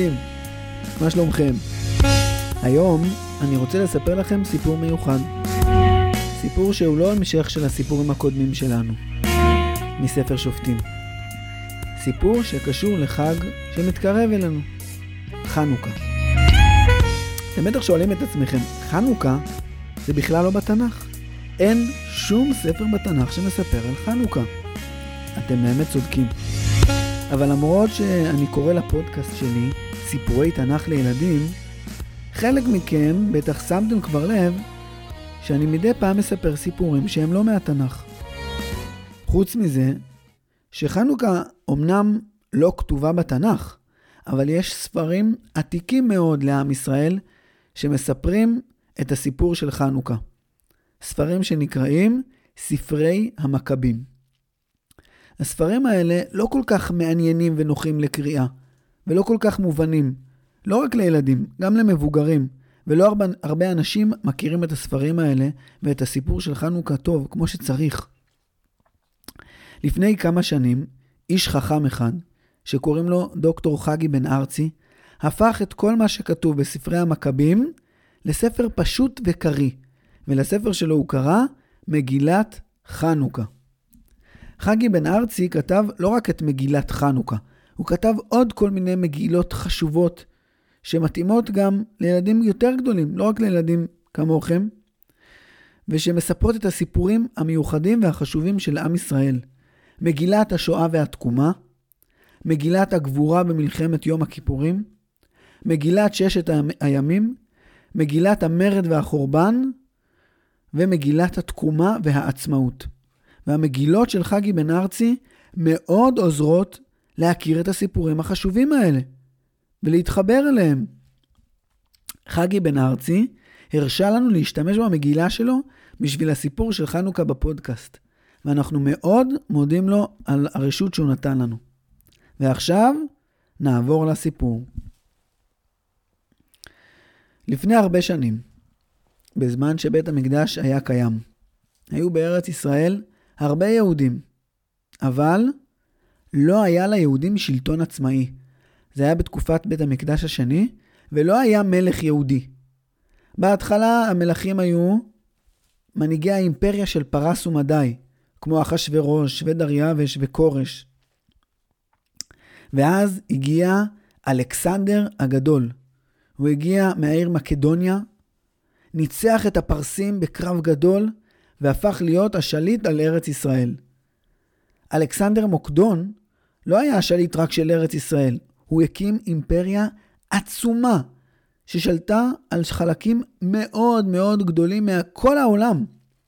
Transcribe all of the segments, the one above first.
ילדים, מה שלומכם? היום אני רוצה לספר לכם סיפור מיוחד. סיפור שהוא לא המשך של הסיפורים הקודמים שלנו, מספר שופטים. סיפור שקשור לחג שמתקרב אלינו, חנוכה. אתם בטח שואלים את עצמכם, חנוכה זה בכלל לא בתנ"ך. אין שום ספר בתנ"ך שמספר על חנוכה. אתם באמת צודקים. אבל למרות שאני קורא לפודקאסט שלי סיפורי תנ"ך לילדים, חלק מכם בטח שמתם כבר לב שאני מדי פעם מספר סיפורים שהם לא מהתנ"ך. חוץ מזה, שחנוכה אומנם לא כתובה בתנ"ך, אבל יש ספרים עתיקים מאוד לעם ישראל שמספרים את הסיפור של חנוכה. ספרים שנקראים ספרי המכבים. הספרים האלה לא כל כך מעניינים ונוחים לקריאה, ולא כל כך מובנים, לא רק לילדים, גם למבוגרים, ולא הרבה אנשים מכירים את הספרים האלה ואת הסיפור של חנוכה טוב כמו שצריך. לפני כמה שנים, איש חכם אחד, שקוראים לו דוקטור חגי בן ארצי, הפך את כל מה שכתוב בספרי המכבים לספר פשוט וקרי, ולספר שלו הוא קרא מגילת חנוכה. חגי בן ארצי כתב לא רק את מגילת חנוכה, הוא כתב עוד כל מיני מגילות חשובות, שמתאימות גם לילדים יותר גדולים, לא רק לילדים כמוכם, ושמספרות את הסיפורים המיוחדים והחשובים של עם ישראל. מגילת השואה והתקומה, מגילת הגבורה במלחמת יום הכיפורים, מגילת ששת הימים, מגילת המרד והחורבן, ומגילת התקומה והעצמאות. והמגילות של חגי בן ארצי מאוד עוזרות להכיר את הסיפורים החשובים האלה, ולהתחבר אליהם. חגי בן ארצי הרשה לנו להשתמש במגילה שלו בשביל הסיפור של חנוכה בפודקאסט, ואנחנו מאוד מודים לו על הרשות שהוא נתן לנו. ועכשיו נעבור לסיפור. לפני הרבה שנים, בזמן שבית המקדש היה קיים, היו בארץ ישראל הרבה יהודים, אבל לא היה ליהודים שלטון עצמאי. זה היה בתקופת בית המקדש השני, ולא היה מלך יהודי. בהתחלה המלכים היו מנהיגי האימפריה של פרס ומדי, כמו אחשוורוש ודריווש וקורש. ואז הגיע אלכסנדר הגדול. הוא הגיע מהעיר מקדוניה, ניצח את הפרסים בקרב גדול, והפך להיות השליט על ארץ ישראל. אלכסנדר מוקדון לא היה השליט רק של ארץ ישראל, הוא הקים אימפריה עצומה, ששלטה על חלקים מאוד מאוד גדולים מכל העולם.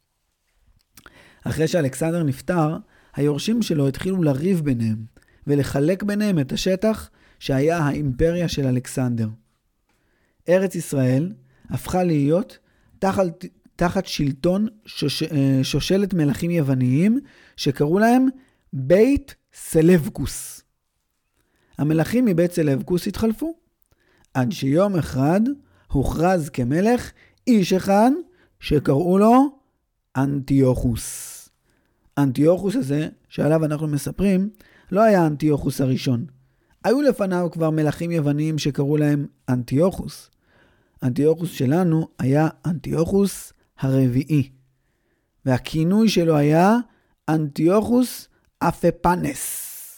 אחרי שאלכסנדר נפטר, היורשים שלו התחילו לריב ביניהם, ולחלק ביניהם את השטח שהיה האימפריה של אלכסנדר. ארץ ישראל הפכה להיות תחת שלטון שושלת מלכים יווניים, שקראו להם בית סלבקוס. המלכים מבית סלבקוס התחלפו, עד שיום אחד הוכרז כמלך איש אחד שקראו לו אנטיוכוס. אנטיוכוס הזה, שעליו אנחנו מספרים, לא היה אנטיוכוס הראשון. היו לפניו כבר מלכים יווניים שקראו להם אנטיוכוס. אנטיוכוס שלנו היה אנטיוכוס הרביעי, והכינוי שלו היה אנטיוכוס אפפנס.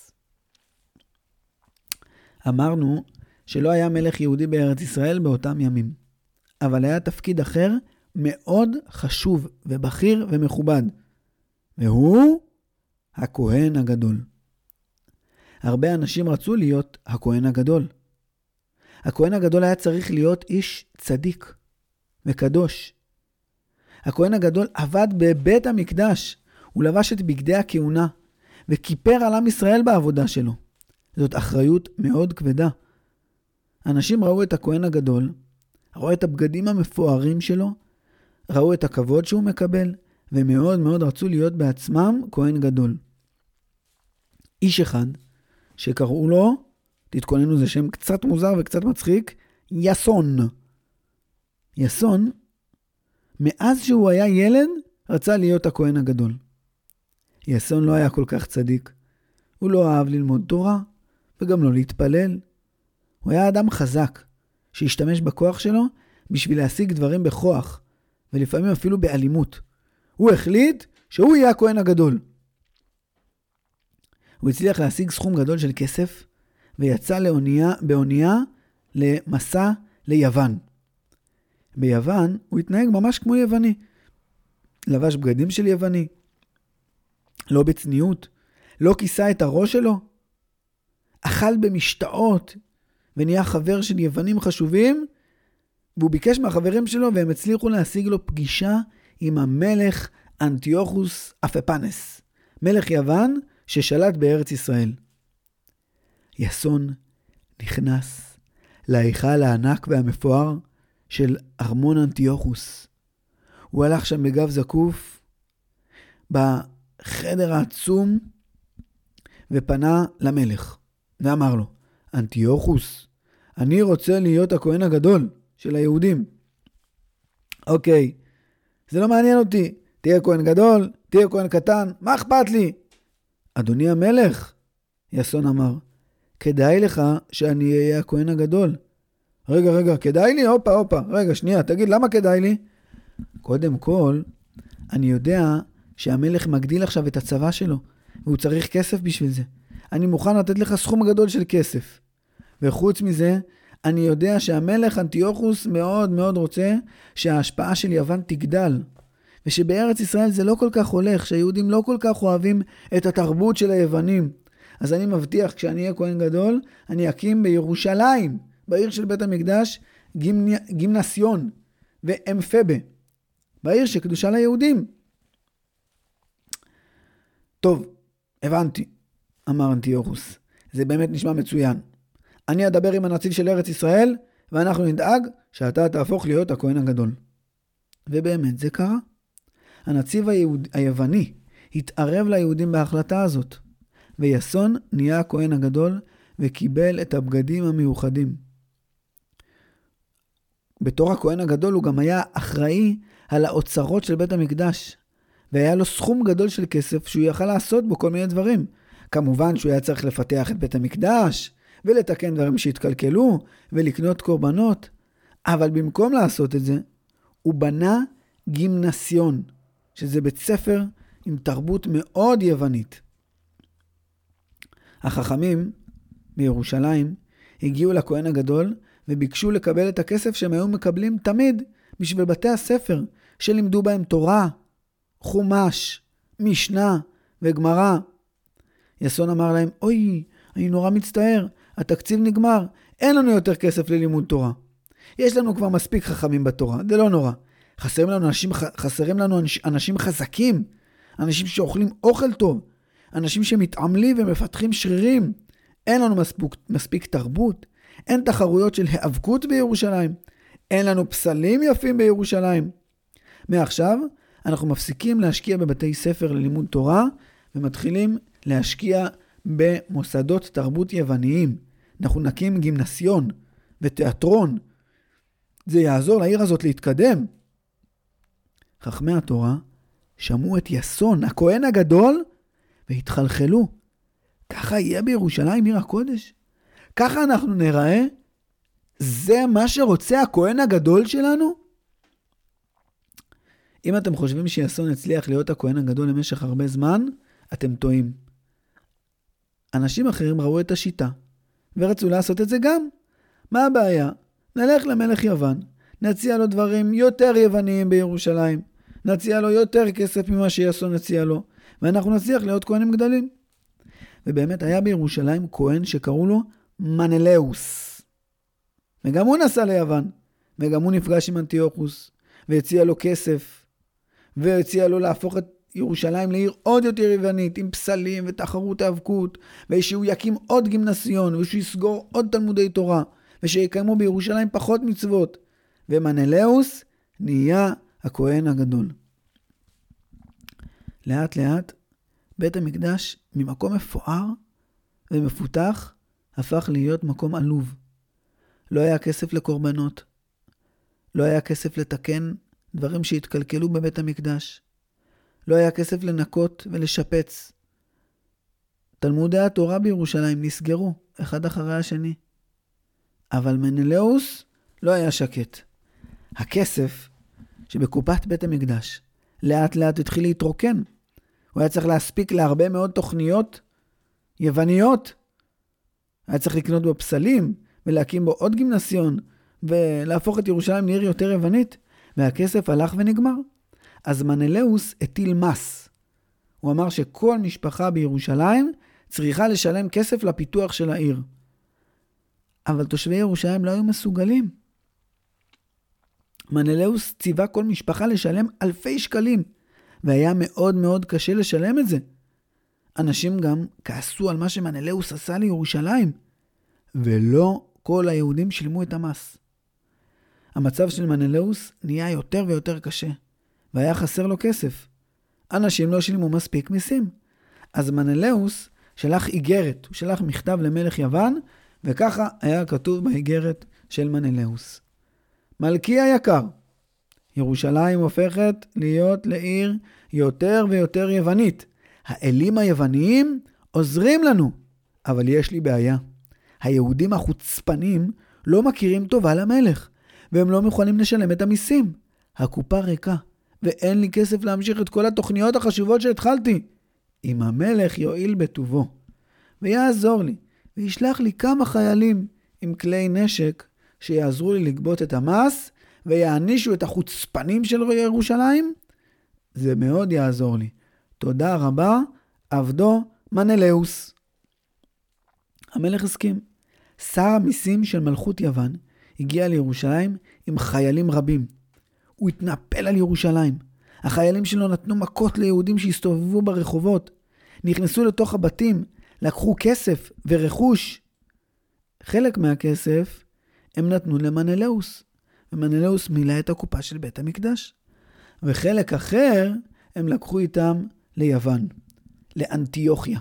אמרנו שלא היה מלך יהודי בארץ ישראל באותם ימים, אבל היה תפקיד אחר מאוד חשוב ובכיר ומכובד, והוא הכהן הגדול. הרבה אנשים רצו להיות הכהן הגדול. הכהן הגדול היה צריך להיות איש צדיק וקדוש. הכהן הגדול עבד בבית המקדש, הוא לבש את בגדי הכהונה, וכיפר על עם ישראל בעבודה שלו. זאת אחריות מאוד כבדה. אנשים ראו את הכהן הגדול, ראו את הבגדים המפוארים שלו, ראו את הכבוד שהוא מקבל, ומאוד מאוד רצו להיות בעצמם כהן גדול. איש אחד, שקראו לו, תתכוננו, זה שם קצת מוזר וקצת מצחיק, יסון. יסון, מאז שהוא היה ילד, רצה להיות הכהן הגדול. יסון לא היה כל כך צדיק. הוא לא אהב ללמוד תורה, וגם לא להתפלל. הוא היה אדם חזק, שהשתמש בכוח שלו בשביל להשיג דברים בכוח, ולפעמים אפילו באלימות. הוא החליט שהוא יהיה הכהן הגדול. הוא הצליח להשיג סכום גדול של כסף, ויצא באונייה למסע ליוון. ביוון הוא התנהג ממש כמו יווני. לבש בגדים של יווני, לא בצניעות, לא כיסה את הראש שלו, אכל במשתאות, ונהיה חבר של יוונים חשובים, והוא ביקש מהחברים שלו, והם הצליחו להשיג לו פגישה עם המלך אנטיוכוס אפפנס, מלך יוון ששלט בארץ ישראל. יסון נכנס להיכל הענק והמפואר של ארמון אנטיוכוס. הוא הלך שם בגב זקוף, בחדר העצום, ופנה למלך, ואמר לו, אנטיוכוס, אני רוצה להיות הכהן הגדול של היהודים. אוקיי, זה לא מעניין אותי, תהיה כהן גדול, תהיה כהן קטן, מה אכפת לי? אדוני המלך, יסון אמר, כדאי לך שאני אהיה הכהן הגדול. רגע, כדאי לי? הופה, רגע, שנייה, תגיד, למה כדאי לי? קודם כל, אני יודע שהמלך מגדיל עכשיו את הצבא שלו, והוא צריך כסף בשביל זה. אני מוכן לתת לך סכום גדול של כסף. וחוץ מזה, אני יודע שהמלך אנטיוכוס מאוד מאוד רוצה שההשפעה של יוון תגדל. ושבארץ ישראל זה לא כל כך הולך, שהיהודים לא כל כך אוהבים את התרבות של היוונים. אז אני מבטיח, כשאני אהיה כהן גדול, אני אקים בירושלים, בעיר של בית המקדש, גימנסיון ואמפבה, בעיר שקדושה ליהודים. טוב, הבנתי, אמר אנטיוכוס. זה באמת נשמע מצוין. אני אדבר עם הנציב של ארץ ישראל, ואנחנו נדאג שאתה תהפוך להיות הכהן הגדול. ובאמת זה קרה. הנציב היווני התערב ליהודים בהחלטה הזאת, ויסון נהיה הכהן הגדול וקיבל את הבגדים המיוחדים. בתור הכהן הגדול הוא גם היה אחראי על האוצרות של בית המקדש, והיה לו סכום גדול של כסף שהוא יכל לעשות בו כל מיני דברים. כמובן שהוא היה צריך לפתח את בית המקדש, ולתקן דברים שהתקלקלו, ולקנות קורבנות. אבל במקום לעשות את זה, הוא בנה גימנסיון, שזה בית ספר עם תרבות מאוד יוונית. החכמים בירושלים הגיעו לכהן הגדול, וביקשו לקבל את הכסף שהם היו מקבלים תמיד בשביל בתי הספר, שלימדו בהם תורה, חומש, משנה וגמרא. יסון אמר להם, אוי, אני נורא מצטער, התקציב נגמר, אין לנו יותר כסף ללימוד תורה. יש לנו כבר מספיק חכמים בתורה, זה לא נורא. חסרים לנו אנשים חזקים, אנשים שאוכלים אוכל טוב, אנשים שמתעמלים ומפתחים שרירים. אין לנו מספיק תרבות, אין תחרויות של היאבקות בירושלים, אין לנו פסלים יפים בירושלים. מעכשיו אנחנו מפסיקים להשקיע בבתי ספר ללימוד תורה, ומתחילים להשקיע במוסדות תרבות יווניים. אנחנו נקים גימנסיון ותיאטרון. זה יעזור לעיר הזאת להתקדם. חכמי התורה שמעו את יסון, הכהן הגדול, והתחלחלו. ככה יהיה בירושלים עיר הקודש? ככה אנחנו נראה? זה מה שרוצה הכהן הגדול שלנו? אם אתם חושבים שיסון הצליח להיות הכהן הגדול למשך הרבה זמן, אתם טועים. אנשים אחרים ראו את השיטה, ורצו לעשות את זה גם. מה הבעיה? נלך למלך יוון, נציע לו דברים יותר יווניים בירושלים, נציע לו יותר כסף ממה שיסון נציע לו, ואנחנו נצליח להיות כהנים גדולים. ובאמת היה בירושלים כהן שקראו לו מנלאוס. וגם הוא נסע ליוון, וגם הוא נפגש עם אנטיוכוס, והציע לו כסף, והציע לו להפוך את ירושלים לעיר עוד יותר יוונית, עם פסלים ותחרות האבקות, ושהוא יקים עוד גימנסיון, ושהוא יסגור עוד תלמודי תורה, ושיקיימו בירושלים פחות מצוות. ומנלאוס נהיה הכהן הגדול. לאט לאט בית המקדש ממקום מפואר ומפותח הפך להיות מקום עלוב. לא היה כסף לקורבנות. לא היה כסף לתקן דברים שהתקלקלו בבית המקדש. לא היה כסף לנקות ולשפץ. תלמודי התורה בירושלים נסגרו אחד אחרי השני. אבל מנלאוס לא היה שקט. הכסף שבקופת בית המקדש לאט לאט התחיל להתרוקן. הוא היה צריך להספיק להרבה מאוד תוכניות יווניות. היה צריך לקנות בו פסלים ולהקים בו עוד גימנסיון ולהפוך את ירושלים לעיר יותר יוונית. והכסף הלך ונגמר. אז מנלאוס הטיל מס. הוא אמר שכל משפחה בירושלים צריכה לשלם כסף לפיתוח של העיר. אבל תושבי ירושלים לא היו מסוגלים. מנלאוס ציווה כל משפחה לשלם אלפי שקלים, והיה מאוד מאוד קשה לשלם את זה. אנשים גם כעסו על מה שמנלאוס עשה לירושלים, ולא כל היהודים שילמו את המס. המצב של מנלאוס נהיה יותר ויותר קשה, והיה חסר לו כסף. אנשים לא שילמו מספיק מיסים. אז מנלאוס שלח איגרת, הוא שלח מכתב למלך יוון, וככה היה כתוב באיגרת של מנלאוס. מלכי היקר, ירושלים הופכת להיות לעיר יותר ויותר יוונית. האלים היווניים עוזרים לנו, אבל יש לי בעיה. היהודים החוצפנים לא מכירים טובה למלך, והם לא מוכנים לשלם את המיסים. הקופה ריקה, ואין לי כסף להמשיך את כל התוכניות החשובות שהתחלתי. אם המלך יועיל בטובו, ויעזור לי, וישלח לי כמה חיילים עם כלי נשק, שיעזרו לי לגבות את המס, ויענישו את החוצפנים של ירושלים, זה מאוד יעזור לי. תודה רבה, עבדו מנלאוס. המלך הסכים. שר המיסים של מלכות יוון הגיע לירושלים עם חיילים רבים. הוא התנפל על ירושלים. החיילים שלו נתנו מכות ליהודים שהסתובבו ברחובות. נכנסו לתוך הבתים, לקחו כסף ורכוש. חלק מהכסף הם נתנו למנלאוס. ומנלאוס מילא את הקופה של בית המקדש. וחלק אחר הם לקחו איתם ליוון, לאנטיוכיה.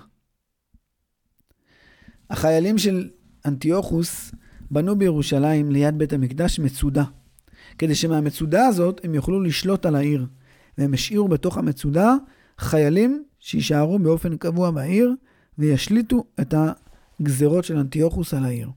החיילים של אנטיוכוס בנו בירושלים ליד בית המקדש מצודה, כדי שמהמצודה הזאת הם יוכלו לשלוט על העיר, והם השאירו בתוך המצודה חיילים שישארו באופן קבוע בעיר, וישליטו את הגזרות של אנטיוכוס על העיר.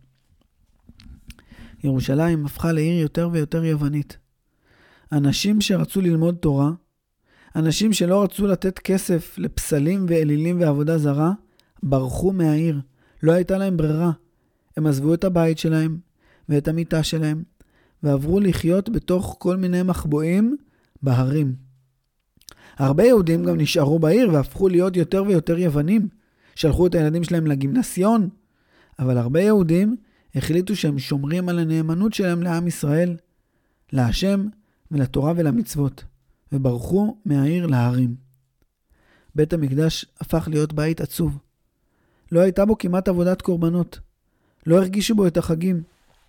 ירושלים הפכה לעיר יותר ויותר יוונית. אנשים שרצו ללמוד תורה, אנשים שלא רצו לתת כסף לפסלים ואלילים ועבודה זרה, ברחו מהעיר. לא הייתה להם ברירה. הם עזבו את הבית שלהם ואת המיטה שלהם, ועברו לחיות בתוך כל מיני מחבואים בהרים. הרבה יהודים גם נשארו בעיר והפכו להיות יותר ויותר יוונים. שלחו את הילדים שלהם לגימנסיון, אבל הרבה יהודים החליטו שהם שומרים על הנאמנות שלהם לעם ישראל, להשם ולתורה ולמצוות, וברחו מהעיר להרים. בית המקדש הפך להיות בית עצוב. לא הייתה בו כמעט עבודת קורבנות. לא הרגישו בו את החגים.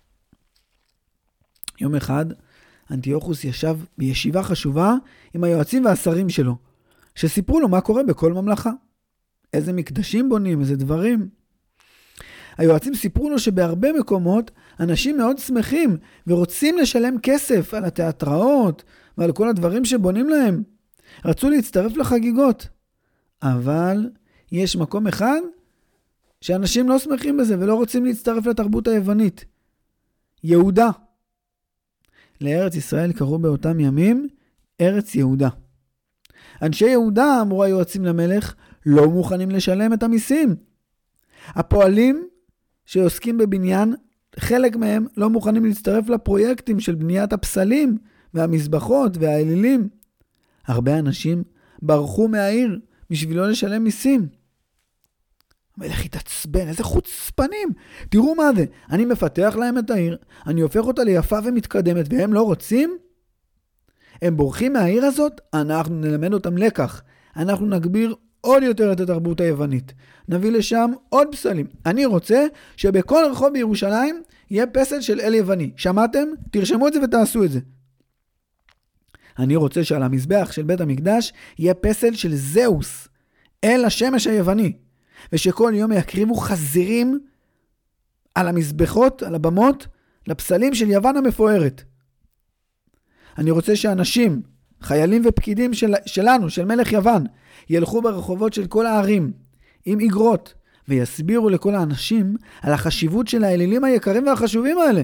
יום אחד, אנטיוכוס ישב בישיבה חשובה עם היועצים והשרים שלו, שסיפרו לו מה קורה בכל ממלכה. איזה מקדשים בונים, איזה דברים. היועצים סיפרו לו שבהרבה מקומות אנשים מאוד שמחים ורוצים לשלם כסף על התיאטראות ועל כל הדברים שבונים להם. רצו להצטרף לחגיגות. אבל יש מקום אחד שאנשים לא שמחים בזה ולא רוצים להצטרף לתרבות היוונית. יהודה. לארץ ישראל קראו באותם ימים ארץ יהודה. אנשי יהודה, אמרו היועצים למלך, לא מוכנים לשלם את המיסים. הפועלים שעוסקים בבניין, חלק מהם לא מוכנים להצטרף לפרויקטים של בניית הפסלים והמזבחות והאלילים. הרבה אנשים ברחו מהעיר בשביל לא לשלם מיסים. המלך התעצבן, איזה חוצפנים. תראו מה זה, אני מפתח להם את העיר, אני הופך אותה ליפה ומתקדמת, והם לא רוצים? הם בורחים מהעיר הזאת, אנחנו נלמד אותם לקח. אנחנו נגביר עוד יותר את התרבות היוונית. נביא לשם עוד פסלים. אני רוצה שבכל רחוב בירושלים יהיה פסל של אל יווני. שמעתם? תרשמו את זה ותעשו את זה. אני רוצה שעל המזבח של בית המקדש יהיה פסל של זאוס, אל השמש היווני. ושכל יום יקריבו חזירים על המזבחות, על הבמות, לפסלים של יוון המפוארת. אני רוצה שאנשים, חיילים ופקידים שלנו, של מלך יוון, ילכו ברחובות של כל הערים, עם איגרות, ויסבירו לכל האנשים על החשיבות של האלילים היקרים והחשובים האלה.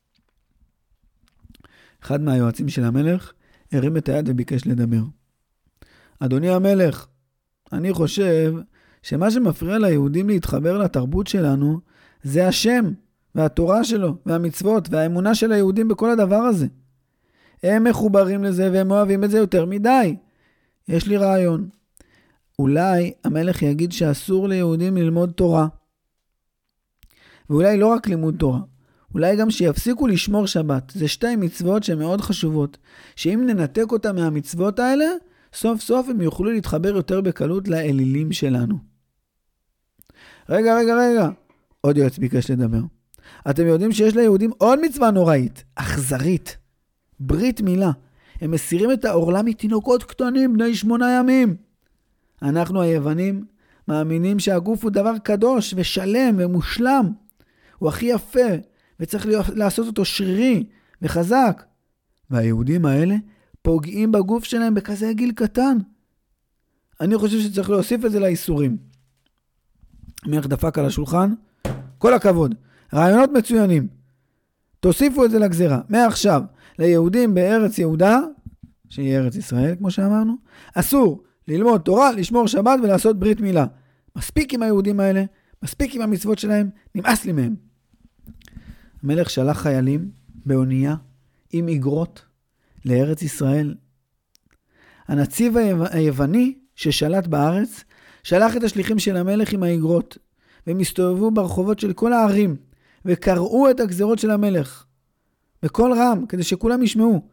אחד מהיועצים של המלך הרים את היד וביקש לדבר. אדוני המלך, אני חושב שמה שמפריע ליהודים להתחבר לתרבות שלנו זה השם והתורה שלו והמצוות והאמונה של היהודים בכל הדבר הזה. הם מחוברים לזה והם אוהבים את זה יותר מדי. יש לי רעיון. אולי המלך יגיד שאסור ליהודים ללמוד תורה. ואולי לא רק לימוד תורה. אולי גם שיפסיקו לשמור שבת. זה שתי מצוות שהן מאוד חשובות. שאם ננתק אותם מהמצוות האלה, סוף סוף הם יוכלו להתחבר יותר בקלות לאלילים שלנו. רגע. עוד יועץ ביקש לדבר. אתם יודעים שיש ליהודים עוד מצווה נוראית, אכזרית. ברית מילה. הם מסירים את העורלה מתינוקות קטנים בני 8 ימים. אנחנו היוונים מאמינים שהגוף הוא דבר קדוש ושלם ומושלם. הוא הכי יפה וצריך לעשות אותו שרירי וחזק. והיהודים האלה פוגעים בגוף שלהם בכזה גיל קטן. אני חושב שצריך להוסיף את זה לאיסורים. המלך דפק על השולחן. כל הכבוד. רעיונות מצוינים. תוסיפו את זה לגזירה. מעכשיו, ליהודים בארץ יהודה, שהיא ארץ ישראל, כמו שאמרנו, אסור ללמוד תורה, לשמור שבת ולעשות ברית מילה. מספיק עם היהודים האלה, מספיק עם המצוות שלהם, נמאס לי מהם. המלך שלח חיילים באונייה עם איגרות לארץ ישראל. הנציב היווני ששלט בארץ, שלח את השליחים של המלך עם האיגרות, והם הסתובבו ברחובות של כל הערים, וקראו את הגזירות של המלך, בכל רם, כדי שכולם ישמעו.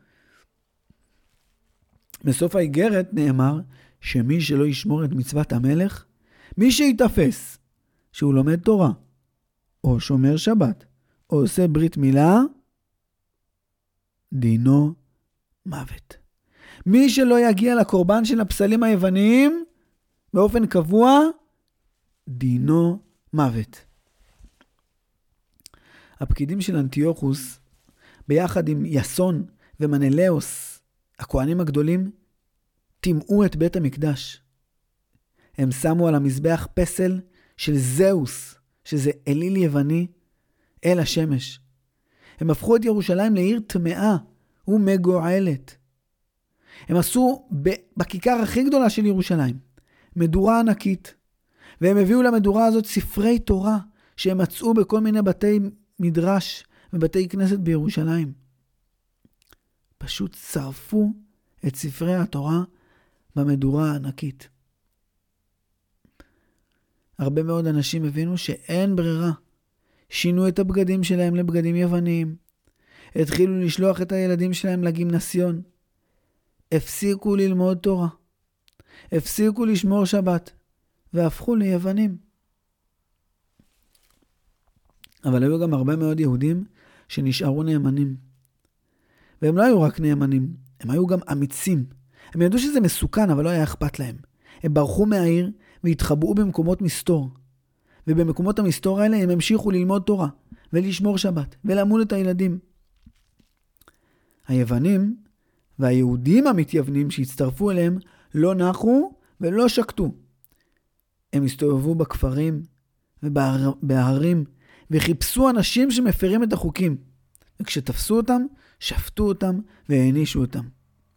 בסוף האיגרת נאמר, שמי שלא ישמור את מצוות המלך, מי שיתפס שהוא לומד תורה, או שומר שבת, או עושה ברית מילה, דינו מוות. מי שלא יגיע לקורבן של הפסלים היווניים, באופן קבוע, דינו מוות. הפקידים של אנטיוכוס, ביחד עם יסון ומנלאוס, הכהנים הגדולים, טימאו את בית המקדש. הם שמו על המזבח פסל של זהוס, שזה אליל יווני, אל השמש. הם הפכו את ירושלים לעיר טמאה ומגועלת. הם עשו בכיכר הכי גדולה של ירושלים מדורה ענקית, והם הביאו למדורה הזאת ספרי תורה שהם מצאו בכל מיני בתי מדרש ובתי כנסת בירושלים. פשוט שרפו את ספרי התורה במדורה הענקית. הרבה מאוד אנשים הבינו שאין ברירה. שינו את הבגדים שלהם לבגדים יווניים. התחילו לשלוח את הילדים שלהם לגימנסיון. הפסיקו ללמוד תורה. הפסיקו לשמור שבת. והפכו ליוונים. אבל היו גם הרבה מאוד יהודים שנשארו נאמנים. והם לא היו רק נאמנים, הם היו גם אמיצים. הם ידעו שזה מסוכן, אבל לא היה אכפת להם. הם ברחו מהעיר והתחבאו במקומות מסתור. ובמקומות המסתור האלה הם המשיכו ללמוד תורה ולשמור שבת ולמול את הילדים. היוונים והיהודים המתייוונים שהצטרפו אליהם לא נחו ולא שקטו. הם הסתובבו בכפרים ובהרים וחיפשו אנשים שמפרים את החוקים. וכשתפסו אותם, שפטו אותם והענישו אותם.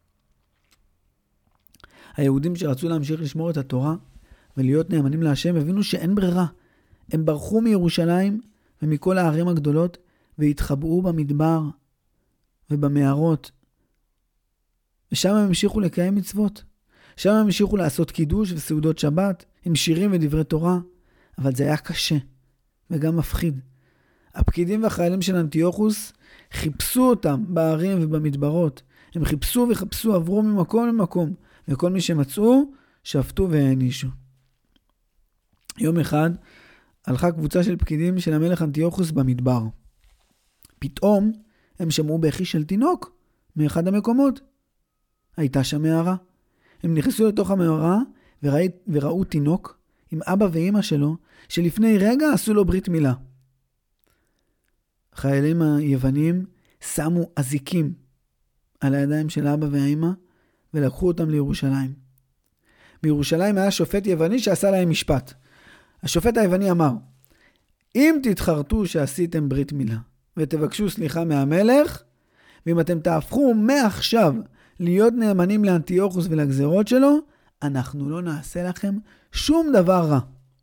היהודים שרצו להמשיך לשמור את התורה ולהיות נאמנים להשם הבינו שאין ברירה. הם ברחו מירושלים ומכל הערים הגדולות והתחבאו במדבר ובמערות. ושם הם המשיכו לקיים מצוות. שם הם המשיכו לעשות קידוש וסעודות שבת עם שירים ודברי תורה. אבל זה היה קשה וגם מפחיד. הפקידים והחיילים של אנטיוכוס חיפשו אותם בערים ובמדברות. הם חיפשו וחפשו, עברו ממקום למקום. וכל מי שמצאו, שפטו והענישו. יום אחד הלכה קבוצה של פקידים של המלך אנטיוכוס במדבר. פתאום הם שמעו בכי של תינוק מאחד המקומות. הייתה שם מערה. הם נכנסו לתוך המערה וראו תינוק עם אבא ואמא שלו, שלפני רגע עשו לו ברית מילה. החיילים היוונים שמו אזיקים על הידיים של אבא והאמא, ולקחו אותם לירושלים. בירושלים היה שופט יווני שעשה להם משפט. השופט היווני אמר, אם תתחרטו שעשיתם ברית מילה, ותבקשו סליחה מהמלך, ואם אתם תהפכו מעכשיו להיות נאמנים לאנטיוכוס ולגזרות שלו, אנחנו לא נעשה לכם שום דבר רע.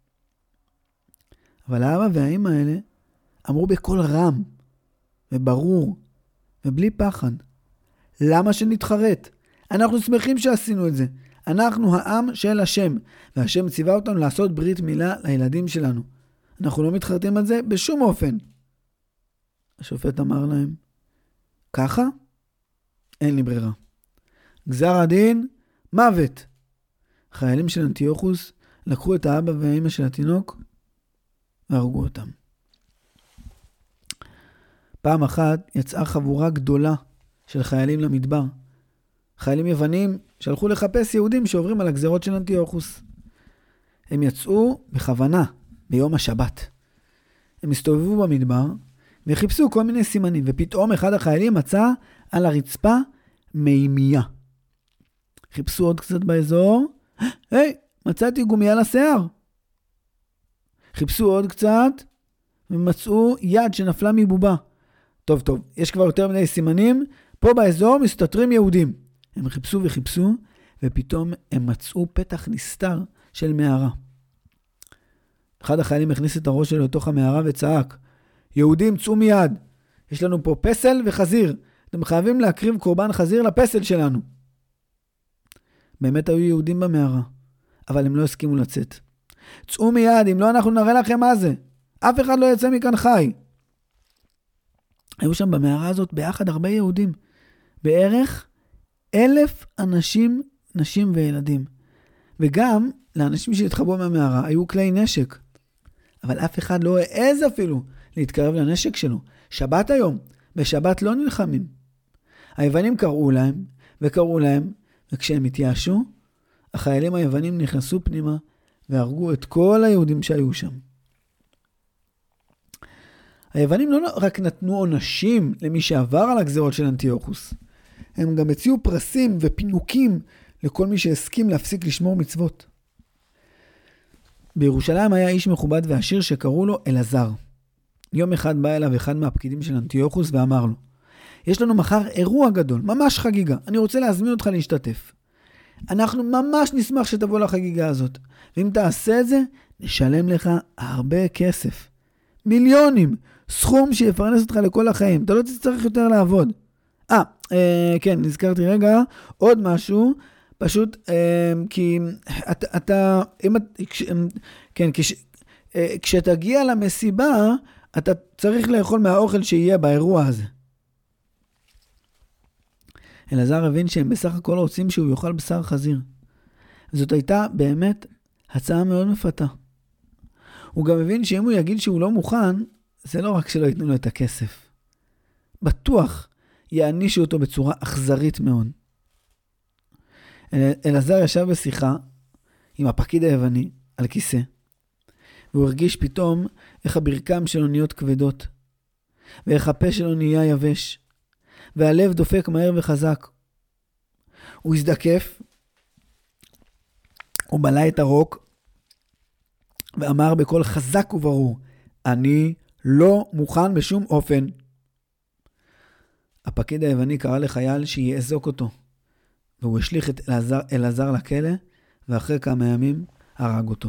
אבל האבא והאמא האלה אמרו בקול רם וברור ובלי פחד, למה שנתחרט? אנחנו שמחים שעשינו את זה. אנחנו העם של השם, והשם ציווה אותנו לעשות ברית מילה לילדים שלנו. אנחנו לא מתחרטים על זה בשום אופן. השופט אמר להם, ככה? אין לי ברירה. גזר הדין, מוות. החיילים של אנטיוכוס לקחו את האבא והאמא של התינוק והרגו אותם. פעם אחת יצאה חבורה גדולה של חיילים למדבר. חיילים יוונים שהלכו לחפש יהודים שעוברים על הגזרות של אנטיוכוס. הם יצאו בכוונה ביום השבת. הם הסתובבו במדבר וחיפשו כל מיני סימנים, ופתאום אחד החיילים מצא על הרצפה מימייה. חיפשו עוד קצת באזור, מצאתי גומיה לשיער. חיפשו עוד קצת ומצאו יד שנפלה מבובה. טוב, יש כבר יותר מדי סימנים, פה באזור מסתתרים יהודים. הם חיפשו וחיפשו, ופתאום הם מצאו פתח נסתר של מערה. אחד החיילים הכניס את הראש שלו לתוך המערה וצעק, יהודים, צאו מיד, יש לנו פה פסל וחזיר, אתם חייבים להקריב קורבן חזיר לפסל שלנו. באמת היו יהודים במערה, אבל הם לא הסכימו לצאת. צאו מיד, אם לא אנחנו נראה לכם מה זה. אף אחד לא יצא מכאן חי. היו שם במערה הזאת ביחד הרבה יהודים. בערך 1,000 אנשים, נשים וילדים. וגם לאנשים שהתחבאו מהמערה היו כלי נשק. אבל אף אחד לא העז אפילו להתקרב לנשק שלו. שבת היום, בשבת לא נלחמים. היוונים קראו להם, וכשהם התייאשו, החיילים היוונים נכנסו פנימה והרגו את כל היהודים שהיו שם. היוונים לא רק נתנו עונשים למי שעבר על הגזרות של אנטיוכוס, הם גם הציעו פרסים ופינוקים לכל מי שהסכים להפסיק לשמור מצוות. בירושלים היה איש מכובד ועשיר שקראו לו אלעזר. יום אחד בא אליו אחד מהפקידים של אנטיוכוס ואמר לו, יש לנו מחר אירוע גדול, ממש חגיגה, אני רוצה להזמין אותך להשתתף. אנחנו ממש נשמח שתבוא לחגיגה הזאת, ואם תעשה את זה, נשלם לך הרבה כסף. מיליונים, סכום שיפרנס אותך לכל החיים, אתה לא תצטרך יותר לעבוד. כן, נזכרתי רגע, עוד משהו, פשוט, כי אתה, כשתגיע למסיבה, אתה צריך לאכול מהאוכל שיהיה באירוע הזה. אלעזר הבין שהם בסך הכל רוצים שהוא יאכל בשר חזיר. זאת הייתה באמת הצעה מאוד מפתה. הוא גם הבין שאם הוא יגיד שהוא לא מוכן, זה לא רק שלא ייתנו לו את הכסף. בטוח יענישו אותו בצורה אכזרית מאוד. אלעזר ישב בשיחה עם הפקיד היווני על כיסא, והוא הרגיש פתאום איך הברכיים שלו נהיות כבדות, ואיך הפה שלו נהיה יבש, והלב דופק מהר וחזק. הוא הזדקף, הוא בלע את הרוק, ואמר בקול חזק וברור, אני לא מוכן בשום אופן. הפקיד היווני קרא לחייל שיעזוק אותו, והוא השליך את אלעזר לכלא, ואחרי כמה ימים הרג אותו.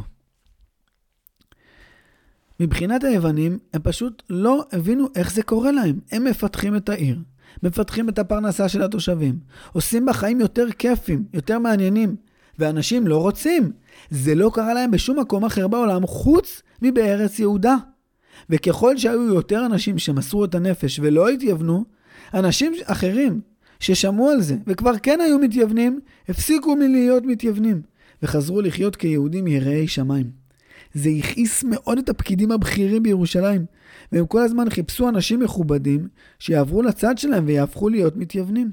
מבחינת היוונים, הם פשוט לא הבינו איך זה קורה להם. הם מפתחים את העיר, מפתחים את הפרנסה של התושבים, עושים בחיים יותר כיפים, יותר מעניינים, ואנשים לא רוצים. זה לא קרה להם בשום מקום אחר בעולם, חוץ מבארץ יהודה. וככל שהיו יותר אנשים שמסרו את הנפש ולא התייוונו, אנשים אחרים ששמעו על זה וכבר כן היו מתייוונים, הפסיקו מלהיות מתייוונים, וחזרו לחיות כיהודים יראי שמיים. זה הכעיס מאוד את הפקידים הבכירים בירושלים, והם כל הזמן חיפשו אנשים מכובדים שיעברו לצד שלהם ויהפכו להיות מתייוונים.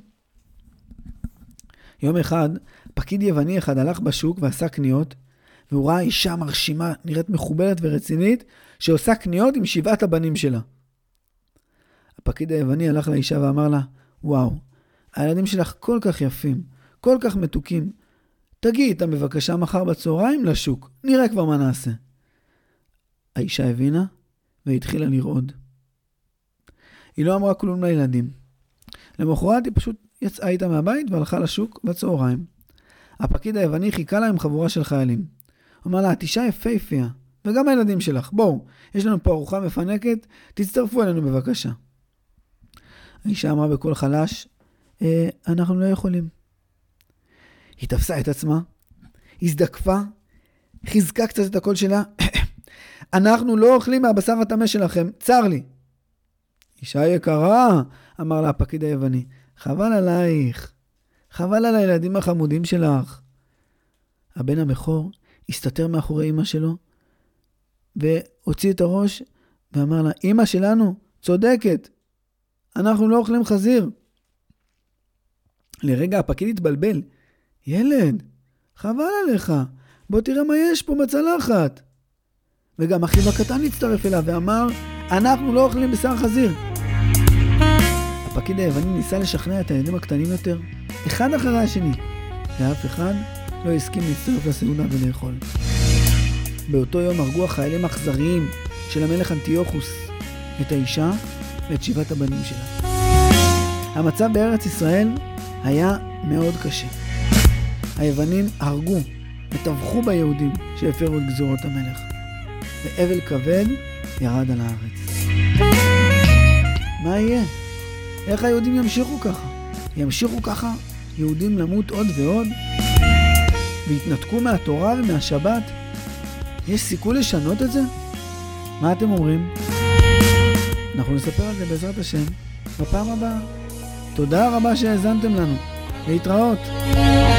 יום אחד, פקיד יווני אחד הלך בשוק ועשה קניות, והוא ראה אישה מרשימה, נראית מכובדת ורצינית, שעושה קניות עם 7 הבנים שלה. הפקיד היווני הלך לאישה ואמר לה, וואו, הילדים שלך כל כך יפים, כל כך מתוקים. תגיעי איתם בבקשה מחר בצהריים לשוק, נראה כבר מה נעשה. האישה הבינה והתחילה לרעוד. היא לא אמרה כלום לילדים. למחרת היא פשוט יצאה איתה מהבית והלכה לשוק בצהריים. הפקיד היווני חיכה לה עם חבורה של חיילים. הוא אמר לה, את אישה יפהפייה, וגם הילדים שלך, בואו, יש לנו פה ארוחה מפנקת, תצטרפו אלינו בבקשה. האישה אמרה בקול חלש, אנחנו לא יכולים. היא תפסה את עצמה, הזדקפה, חיזקה קצת את הקול שלה, אנחנו לא אוכלים מהבשר הטמא שלכם, צר לי. אישה יקרה, אמר לה הפקיד היווני, חבל עלייך, חבל על הילדים החמודים שלך. הבן הבכור הסתתר מאחורי אמא שלו, והוציא את הראש, ואמר לה, אמא שלנו צודקת, אנחנו לא אוכלים חזיר. לרגע הפקיד התבלבל, ילד, חבל עליך, בוא תראה מה יש פה בצלחת. וגם אחיו הקטן הצטרף אליו ואמר, אנחנו לא אוכלים בשר חזיר. הפקיד היווני ניסה לשכנע את הילדים הקטנים יותר, אחד אחרי השני, ואף אחד לא הסכים להצטרף לסעודה ולאכול. באותו יום הרגו החיילים האכזריים של המלך אנטיוכוס את האישה ואת 7 הבנים שלה. המצב בארץ ישראל היה מאוד קשה. היוונים הרגו וטבחו ביהודים שהפרו את גזורות המלך, ואבל כבד ירד על הארץ. מה יהיה? איך היהודים ימשיכו ככה? ימשיכו ככה יהודים למות עוד ועוד? והתנתקו מהתורה ומהשבת? יש סיכוי לשנות את זה? מה אתם אומרים? אנחנו נספר על זה בעזרת השם בפעם הבאה. תודה רבה שהאזנתם לנו. להתראות.